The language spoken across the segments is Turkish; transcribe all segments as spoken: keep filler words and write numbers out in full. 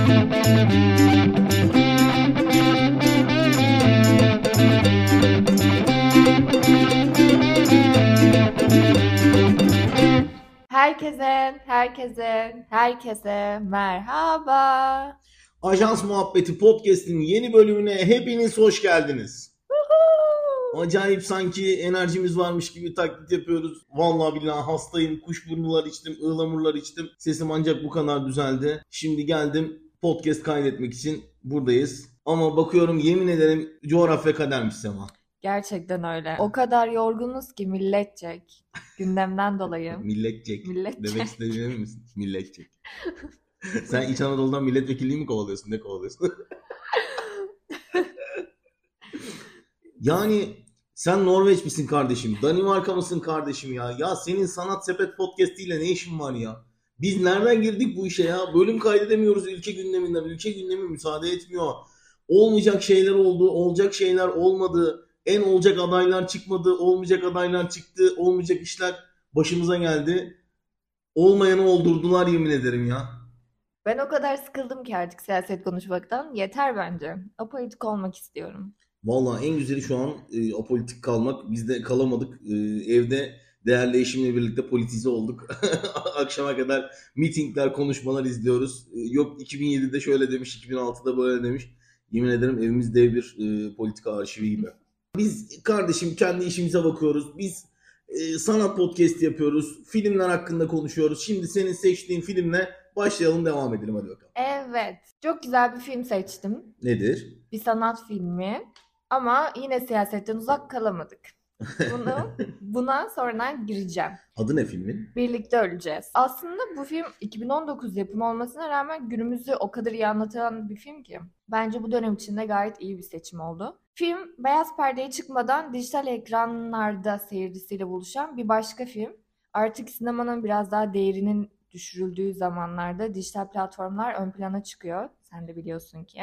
Herkese, herkese, herkese merhaba. Ajans Muhabbeti Podcast'in yeni bölümüne hepiniz hoş geldiniz. Acayip sanki enerjimiz varmış gibi taklit yapıyoruz. Vallahi billahi hastayım. Kuşburnular içtim, ıhlamurlar içtim. Sesim ancak bu kadar düzeldi. Şimdi geldim podcast kaydetmek için buradayız. Ama bakıyorum yemin ederim coğrafya kadermiş Sema. Gerçekten öyle. O kadar yorgunuz ki milletcek. Gündemden dolayı. Milletcek. Milletcek. Demek istediğini emin misin? Milletcek. Sen İç Anadolu'dan milletvekilliği mi kovalıyorsun? Ne kovalıyorsun? Yani sen Norveç misin kardeşim? Danimarka mısın kardeşim ya? Ya senin Sanat Sepet Podcast ile ne işin var ya? Biz nereden girdik bu işe ya? Bölüm kaydedemiyoruz ülke gündeminden. Ülke gündemi müsaade etmiyor. Olmayacak şeyler oldu, olacak şeyler olmadı. En olacak adaylar çıkmadı, olmayacak adaylar çıktı, olmayacak işler başımıza geldi. Olmayanı oldurdular yemin ederim ya. Ben o kadar sıkıldım ki artık siyaset konuşmaktan. Yeter bence. Apolitik olmak istiyorum. Vallahi en güzeli şu an e, apolitik kalmak. Biz de kalamadık. E, evde değerli eşimle birlikte politize olduk. Akşama kadar mitingler, konuşmalar izliyoruz. E, yok iki bin yedide şöyle demiş, iki bin altıda böyle demiş. Yemin ederim evimiz dev bir e, politika arşivi gibi. Biz kardeşim kendi işimize bakıyoruz. Biz e, sanat podcast yapıyoruz. Filmler hakkında konuşuyoruz. Şimdi senin seçtiğin filmle başlayalım, devam edelim hadi bakalım. Evet. Çok güzel bir film seçtim. Nedir? Bir sanat filmi. Ama yine siyasetten uzak kalamadık. Bunu, buna sonradan gireceğim. Adı ne filmin? Birlikte Öleceğiz. Aslında bu film iki bin on dokuz yapımı olmasına rağmen günümüzü o kadar iyi anlatan bir film ki. Bence bu dönem içinde gayet iyi bir seçim oldu. Film beyaz perdeye çıkmadan dijital ekranlarda seyircisiyle buluşan bir başka film. Artık sinemanın biraz daha değerinin düşürüldüğü zamanlarda dijital platformlar ön plana çıkıyor. Sen de biliyorsun ki.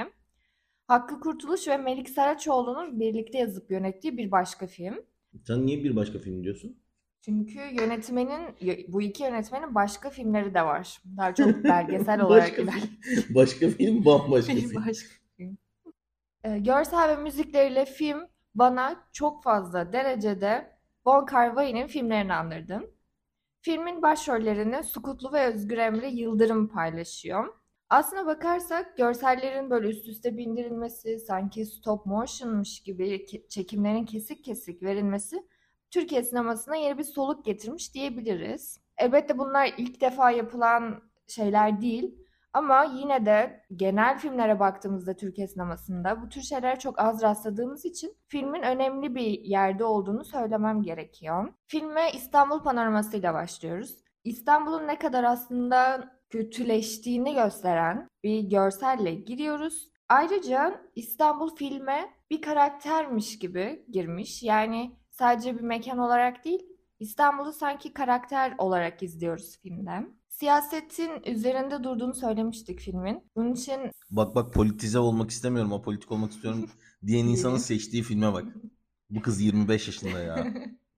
Hakkı Kurtuluş ve Melik Saraçoğlu'nun birlikte yazıp yönettiği bir başka film. Sen niye bir başka film diyorsun? Çünkü yönetmenin, bu iki yönetmenin başka filmleri de var. Daha çok belgesel olarak başka, ilerliyor. film, başka film bambaşka film. Başka film. Ee, görsel ve müzikleriyle film bana çok fazla derecede Wong Kar-wai'nin filmlerini andırdı. Filmin başrollerini Sukutlu ve Özgür Emre Yıldırım paylaşıyor. Aslına bakarsak görsellerin böyle üst üste bindirilmesi, sanki stop motion'mış gibi çekimlerin kesik kesik verilmesi Türkiye sinemasına yeni bir soluk getirmiş diyebiliriz. Elbette bunlar ilk defa yapılan şeyler değil ama yine de genel filmlere baktığımızda Türkiye sinemasında bu tür şeylere çok az rastladığımız için filmin önemli bir yerde olduğunu söylemem gerekiyor. Filme İstanbul panoramasıyla başlıyoruz. İstanbul'un ne kadar aslında kötüleştiğini gösteren bir görselle giriyoruz. Ayrıca İstanbul filme bir karaktermiş gibi girmiş. Yani sadece bir mekan olarak değil, İstanbul'u sanki karakter olarak izliyoruz filmde. Siyasetin üzerinde durduğunu söylemiştik filmin. Bunun için... Bak bak politize olmak istemiyorum, apolitik olmak istiyorum diyen insanın seçtiği filme bak. Bu kız yirmi beş yaşında ya.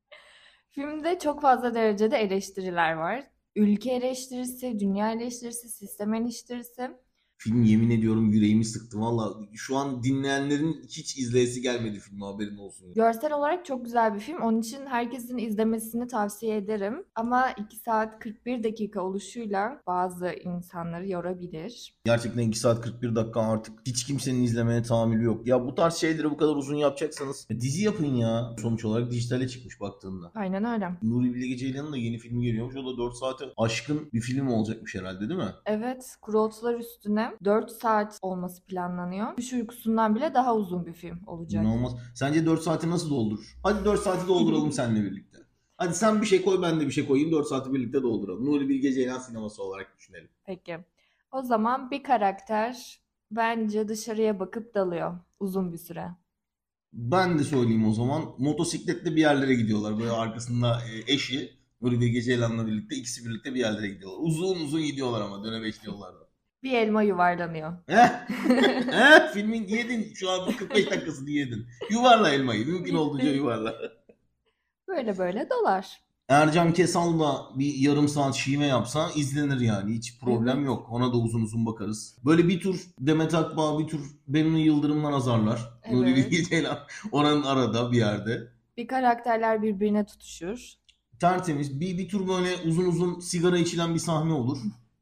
Filmde çok fazla derecede eleştiriler var. Ülke eleştirisi, dünya eleştirisi, sistem eleştirisi. Film yemin ediyorum yüreğimi sıktı. Valla şu an dinleyenlerin hiç izleyesi gelmedi filmi, haberin olsun. Görsel olarak çok güzel bir film. Onun için herkesin izlemesini tavsiye ederim. Ama iki saat kırk bir dakika oluşuyla bazı insanları yorabilir. Gerçekten iki saat kırk bir dakika artık hiç kimsenin izlemeye tahammülü yok. Ya bu tarz şeyleri bu kadar uzun yapacaksanız dizi yapın ya. Sonuç olarak dijitale çıkmış baktığında. Aynen öyle. Nuri Bilge Ceylan'ın da yeni filmi geliyormuş. O da dört saate aşkın bir film olacakmış herhalde, değil mi? Evet. Kuru Otlar Üstüne dört saat olması planlanıyor. Düş Uykusu'ndan bile daha uzun bir film olacak. İnanılmaz. Sence dört saati nasıl doldurur? Hadi dört saati dolduralım seninle birlikte. Hadi sen bir şey koy, ben de bir şey koyayım. dört saati birlikte dolduralım. Nuri Bilge Ceylan sineması olarak düşünelim. Peki. O zaman bir karakter bence dışarıya bakıp dalıyor uzun bir süre. Ben de söyleyeyim o zaman. Motosikletle bir yerlere gidiyorlar. Böyle arkasında eşi Nuri Bilge Ceylan'la birlikte, ikisi birlikte bir yerlere gidiyorlar. Uzun uzun gidiyorlar ama dönemeçli yollarda. Bir elma yuvarlanıyor. Heh. Heh, filmin yedin. Şu an kırk beş dakikasını yedin. Yuvarla elmayı. Mümkün olduğunca yuvarla. Böyle böyle dolar. Ercan Kesal da bir yarım saat şive yapsa izlenir yani. Hiç problem Evet, yok. Ona da uzun uzun bakarız. Böyle bir tur Demet Akbağ, bir tur Bennu Yıldırım'dan azarlar. Nuri evet. Bilge Ceylan oranın arada bir yerde. Bir karakterler birbirine tutuşur. Tertemiz. Bir, bir tur böyle uzun uzun sigara içilen bir sahne olur.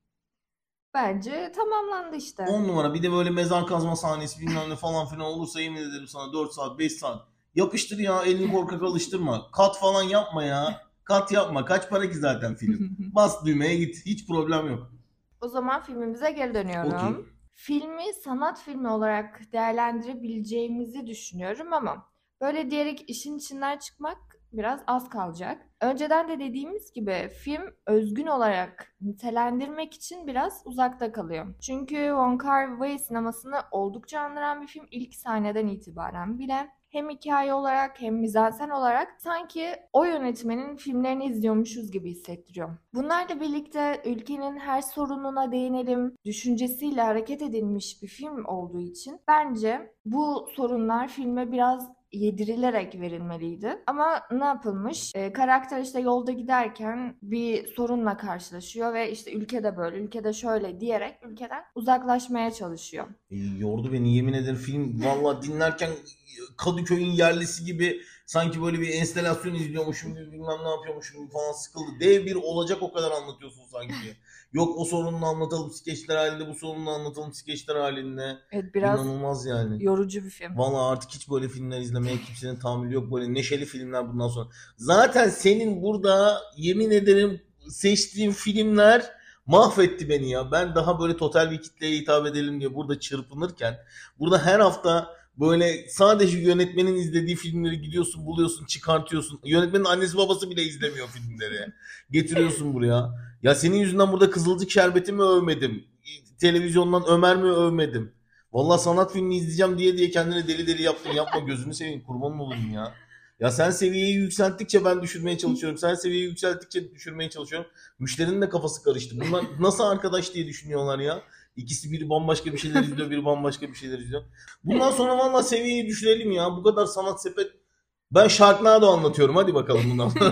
Bence tamamlandı işte. On numara. Bir de böyle mezar kazma sahnesi bilmem ne falan filan olursa yemin ederim sana dört saat beş saat. Yapıştır ya, elini korkak alıştırma. Kat falan yapma ya. Kat yapma. Kaç para ki zaten film. Bas düğmeye git. Hiç problem yok. O zaman filmimize geri dönüyorum. Okey. Filmi sanat filmi olarak değerlendirebileceğimizi düşünüyorum ama böyle diyerek işin içinden çıkmak biraz az kalacak. Önceden de dediğimiz gibi film özgün olarak nitelendirmek için biraz uzakta kalıyor. Çünkü Wong Kar-wai sinemasını oldukça andıran bir film ilk sahneden itibaren bile hem hikaye olarak hem mizansen olarak sanki o yönetmenin filmlerini izliyormuşuz gibi hissettiriyor. Bunlarla birlikte ülkenin her sorununa değinelim düşüncesiyle hareket edilmiş bir film olduğu için bence bu sorunlar filme biraz yedirilerek verilmeliydi. Ama ne yapılmış? Ee, karakter işte yolda giderken bir sorunla karşılaşıyor ve işte ülkede böyle, ülkede şöyle diyerek ülkeden uzaklaşmaya çalışıyor. E, yordu beni yemin ederim film. Valla dinlerken Kadıköy'ün yerlisi gibi sanki böyle bir enstelasyon izliyormuşum gibi bilmem ne yapıyormuşum gibi falan sıkıldı. Dev bir olacak o kadar anlatıyorsun sanki. Yok o sorununu anlatalım skeçler halinde, bu sorununu anlatalım skeçler halinde. Evet, biraz İnanılmaz yani. yorucu bir film. Valla artık hiç böyle filmler izlemeye kimsenin tahammülü yok. Böyle neşeli filmler bundan sonra. Zaten senin burada yemin ederim seçtiğin filmler mahvetti beni ya. Ben daha böyle total bir kitleye hitap edelim diye burada çırpınırken burada her hafta böyle sadece yönetmenin izlediği filmleri gidiyorsun, buluyorsun, çıkartıyorsun. Yönetmenin annesi babası bile izlemiyor filmleri. Getiriyorsun buraya. Ya senin yüzünden burada Kızılcık Şerbeti mi övmedim? Televizyondan Ömer mi övmedim? Vallahi sanat filmi izleyeceğim diye diye kendine deli deli yaptın. Yapma gözünü seveyim, kurbanın olayım ya. Ya sen seviyeyi yükselttikçe ben düşürmeye çalışıyorum. Sen seviyeyi yükselttikçe düşürmeye çalışıyorum. Müşterinin de kafası karıştı. Bunlar nasıl arkadaş diye düşünüyorlar ya. İkisi biri bambaşka bir şeyler izliyor, biri bambaşka bir şeyler izliyor. Bundan sonra vallahi seviyeyi düşürelim ya. Bu kadar sanat sepet. Ben Sharknado anlatıyorum. Hadi bakalım bundan sonra.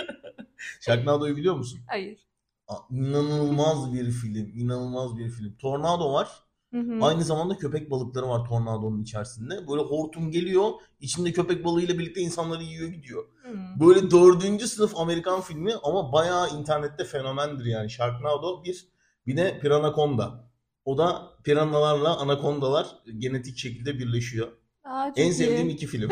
Sharknado'yu biliyor musun? Hayır. Aa, İnanılmaz bir film. İnanılmaz bir film. Tornado var. Hı hı. Aynı zamanda köpek balıkları var tornadonun içerisinde. Böyle hortum geliyor. İçinde köpek balığıyla birlikte insanları yiyor gidiyor. Hmm. Böyle dördüncü sınıf Amerikan filmi ama bayağı internette fenomendir yani. Sharknado bir. Bir de Piranaconda. O da piranalarla anakondalar genetik şekilde birleşiyor. Aa, En çok sevdiğim iyi. iki film.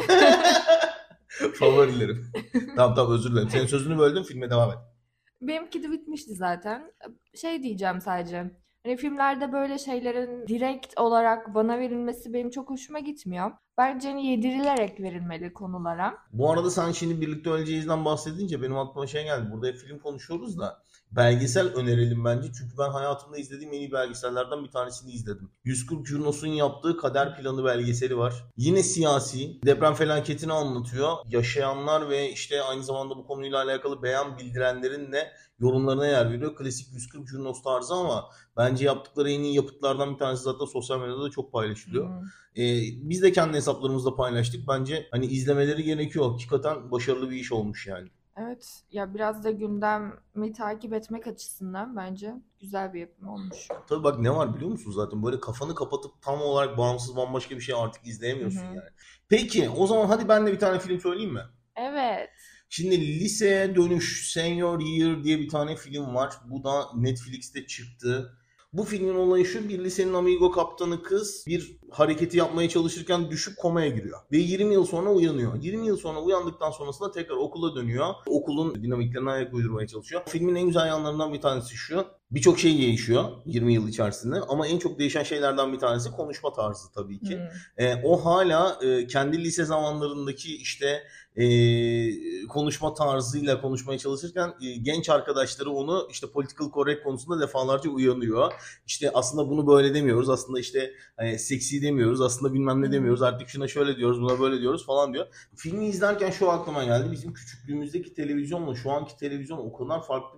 Favorilerim. Tamam tamam özür dilerim. Senin sözünü böldüm, filme devam et. Benimki de bitmişti zaten. Şey diyeceğim sadece. Hani filmlerde böyle şeylerin direkt olarak bana verilmesi benim çok hoşuma gitmiyor. Bence hani yedirilerek verilmeli konulara. Bu arada sen şimdi Birlikte Öleceğiz'den bahsedince benim aklıma şey geldi. Burada hep film konuşuyoruz da belgesel önerelim bence. Çünkü ben hayatımda izlediğim en iyi belgesellerden bir tanesini izledim. yüz kırk Jurnos'un yaptığı Kader Planı belgeseli var. Yine siyasi, deprem felaketini anlatıyor. Yaşayanlar ve işte aynı zamanda bu konuyla alakalı beyan bildirenlerin de yorumlarına yer veriyor. Klasik yüz kırk Jurnos tarzı ama bence yaptıkları en iyi yapıtlardan bir tanesi, zaten sosyal medyada da çok paylaşılıyor. Hmm. Ee, biz de kendi hesaplarımızda paylaştık. Bence hani izlemeleri gerekiyor. Hakikaten başarılı bir iş olmuş yani. Evet, ya biraz da gündemi takip etmek açısından bence güzel bir yapım olmuş. Tabii bak ne var biliyor musun zaten? Böyle kafanı kapatıp tam olarak bağımsız bambaşka bir şey artık Hı izleyemiyorsun hı. yani. Peki o zaman hadi ben de bir tane film söyleyeyim mi? Evet. Şimdi Liseye Dönüş Senior Year diye bir tane film var. Bu da Netflix'te çıktı. Bu filmin olayı şu: bir lisenin amigo kaptanı kız bir hareketi yapmaya çalışırken düşüp komaya giriyor. Ve yirmi yıl sonra uyanıyor. yirmi yıl sonra uyandıktan sonrasında tekrar okula dönüyor. Okulun dinamiklerine ayak uydurmaya çalışıyor. Filmin en güzel yanlarından bir tanesi şu: birçok şey değişiyor yirmi yıl içerisinde. Ama en çok değişen şeylerden bir tanesi konuşma tarzı tabii ki. Hmm. E, o hala e, kendi lise zamanlarındaki işte e, konuşma tarzıyla konuşmaya çalışırken e, genç arkadaşları onu işte political correct konusunda defalarca uyanıyor. İşte aslında bunu böyle demiyoruz. Aslında işte hani seksi demiyoruz. Aslında bilmem Hı ne hı. demiyoruz. Artık şuna şöyle diyoruz, buna böyle diyoruz falan diyor. Filmi izlerken şu aklıma geldi: bizim küçüklüğümüzdeki televizyonla şu anki televizyon o kadar farklı bir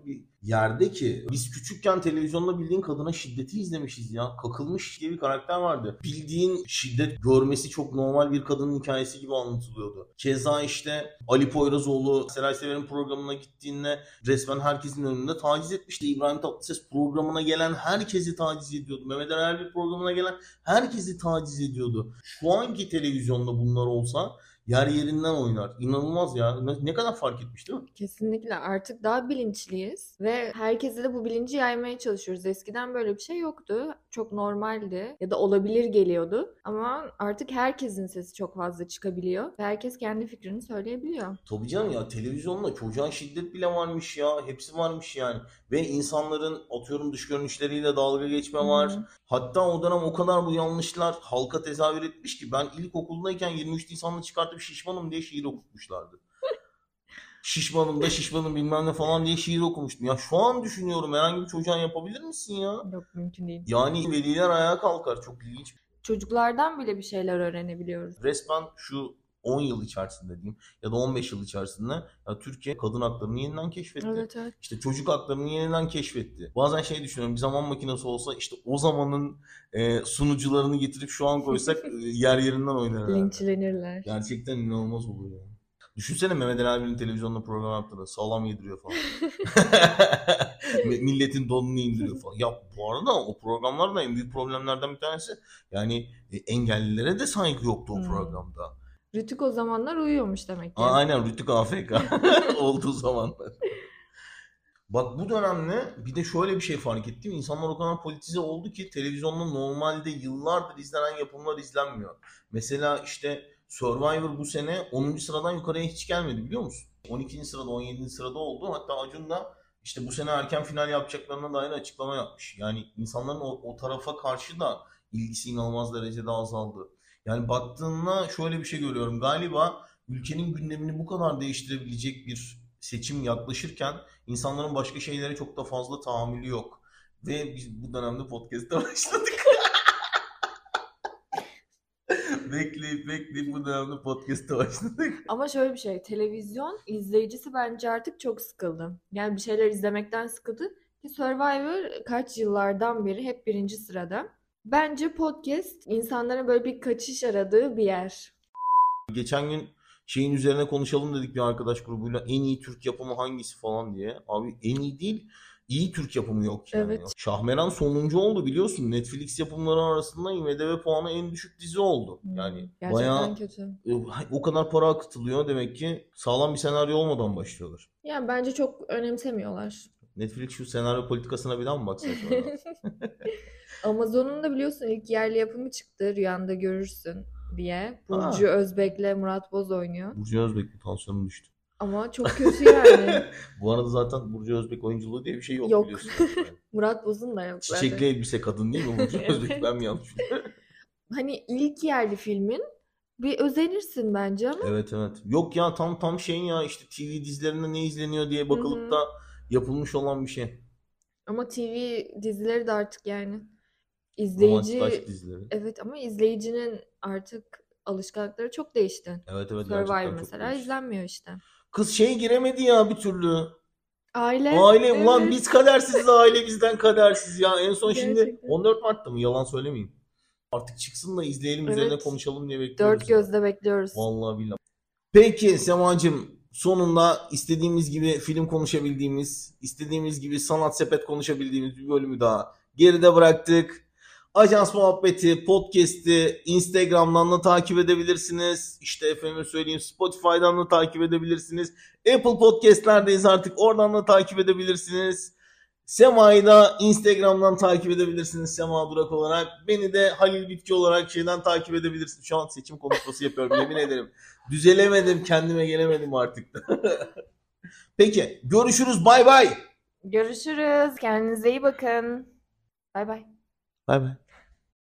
yerde ki biz küçükken televizyonda bildiğin kadına şiddeti izlemişiz ya. Kakılmış diye bir karakter vardı. Bildiğin şiddet görmesi çok normal bir kadının hikayesi gibi anlatılıyordu. Keza işte Ali Poyrazoğlu Seray Sever'in programına gittiğinde resmen herkesin önünde taciz etmişti. İbrahim Tatlıses programına gelen herkesi taciz ediyordu. Mehmet Ali Erbil programına gelen herkesi taciz ediyordu. Şu anki televizyonda bunlar olsa yer yerinden oynar. İnanılmaz ya. Ne, ne kadar fark etmiş değil mi? Kesinlikle artık daha bilinçliyiz ve herkese de bu bilinci yaymaya çalışıyoruz. Eskiden böyle bir şey yoktu. Çok normaldi ya da olabilir geliyordu. Ama artık herkesin sesi çok fazla çıkabiliyor ve herkes kendi fikrini söyleyebiliyor. Tabii canım ya, televizyonda çocuğa şiddet bile varmış ya. Hepsi varmış yani. Ve insanların atıyorum dış görünüşleriyle dalga geçme Hı var. hı. Hatta o dönem o kadar bu yanlışlar halka tezahür etmiş ki ben ilkokuldayken yirmi üç Nisan'da çıkartıp şişmanım diye şiir okutmuşlardı. Şişmanım da şişmanım bilmem ne falan diye şiir okumuştum. Ya şu an düşünüyorum, herhangi bir çocuğa yapabilir misin ya? Yok, mümkün değil. Yani veliler ayağa kalkar. Çok ilginç. Çocuklardan bile bir şeyler öğrenebiliyoruz. Resmen şu on yıl içerisinde diyeyim ya da on beş yıl içerisinde ya Türkiye kadın haklarını yeniden keşfetti. Evet, evet. İşte çocuk haklarını yeniden keşfetti. Bazen şey düşünüyorum, bir zaman makinesi olsa işte o zamanın e, sunucularını getirip şu an koysak e, yer yerinden oynar herhalde. Linçlenirler. Gerçekten inanılmaz oluyor. Düşünsene Mehmet Ali Erbil'in televizyonda program yaptığında sağlam yediriyor falan. Milletin donunu indiriyor falan. Ya bu arada o programlarda en büyük problemlerden bir tanesi yani e, engellilere de saygı yoktu o Hmm. programda. Rütük o zamanlar uyuyormuş demek ki. Aa, aynen Rütük A F K olduğu zamanlar. Bak bu dönemde bir de şöyle bir şey fark ettim. İnsanlar o kadar politize oldu ki televizyonda normalde yıllardır izlenen yapımlar izlenmiyor. Mesela işte Survivor bu sene onuncu sıradan yukarıya hiç gelmedi, biliyor musun? on ikinci sırada, on yedinci sırada oldu. Hatta Acun da işte bu sene erken final yapacaklarına dair açıklama yapmış. Yani insanların o, o tarafa karşı da ilgisi inanılmaz derecede azaldı. Yani baktığında şöyle bir şey görüyorum. Galiba ülkenin gündemini bu kadar değiştirebilecek bir seçim yaklaşırken insanların başka şeylere çok da fazla tahammülü yok. Ve biz bu dönemde podcast'e başladık. bekleyip bekleyip bu dönemde podcast'e başladık. Ama şöyle bir şey, televizyon izleyicisi bence artık çok sıkıldı. Yani bir şeyler izlemekten sıkıldı. Ki Survivor kaç yıllardan beri hep birinci sırada. Bence podcast insanların böyle bir kaçış aradığı bir yer. Geçen gün şeyin üzerine konuşalım dedik bir arkadaş grubuyla. En iyi Türk yapımı hangisi falan diye. Abi en iyi değil, iyi Türk yapımı yok yani. Evet. Şahmeran sonuncu oldu biliyorsun. Netflix yapımları arasında I M D B puanı en düşük dizi oldu. Yani Gerçekten bayağı kötü. o kadar para akıtılıyor, demek ki sağlam bir senaryo olmadan başlıyorlar. Yani bence çok önemsemiyorlar. Netflix şu senaryo politikasına bir daha mı baksa sonra? Amazon'un da biliyorsun ilk yerli yapımı çıktı. Rüyanda görürsün diye. Ha. Burcu Özbek'le Murat Boz oynuyor. Burcu Özbek, bu tansiyonum düştü. Ama çok kötü yani. Bu arada zaten Burcu Özbek oyunculuğu diye bir şey yok, Yok. biliyorsun. Yani. Murat Boz'un da yok zaten. Çiçekli elbise kadın değil mi Burcu Özbek? Ben mi yanlış biliyorum? Hani ilk yerli filmin bir özenirsin bence ama. Evet evet. Yok ya, tam tam şey ya, işte T V dizilerinde ne izleniyor diye bakılıp Hı hı. da yapılmış olan bir şey. Ama T V dizileri de artık yani Romantik aşk izleyici, dizileri. evet, ama izleyicinin artık alışkanlıkları çok değişti. Evet evet, Survivor gerçekten çok mesela değişik. izlenmiyor işte. Kız şey giremedi ya bir türlü. Aile. Aile ulan evet. biz kadersiz, aile bizden kadersiz ya. En son şimdi Gerçekten. on dört Mart'ta mı? Yalan söylemeyeyim. Artık çıksın da izleyelim, üzerine Evet. konuşalım diye bekliyoruz. Dört ya. gözle bekliyoruz. Vallahi billahi. Peki Semacığım, sonunda istediğimiz gibi film konuşabildiğimiz, istediğimiz gibi sanat sepet konuşabildiğimiz bir bölümü daha geride bıraktık. Ajans Muhabbeti podcast'i Instagram'dan da takip edebilirsiniz. İşte efendim söyleyeyim, Spotify'dan da takip edebilirsiniz. Apple Podcast'lerdeyiz artık, oradan da takip edebilirsiniz. Sema'yı da Instagram'dan takip edebilirsiniz Sema Durak olarak. Beni de Halil Bitki olarak şeyden takip edebilirsiniz. Şu an seçim konuşması yapıyorum, yemin ederim. Düzelemedim, kendime gelemedim artık. Peki, görüşürüz, bay bay. Görüşürüz. Kendinize iyi bakın. Bay bay. Bay bay.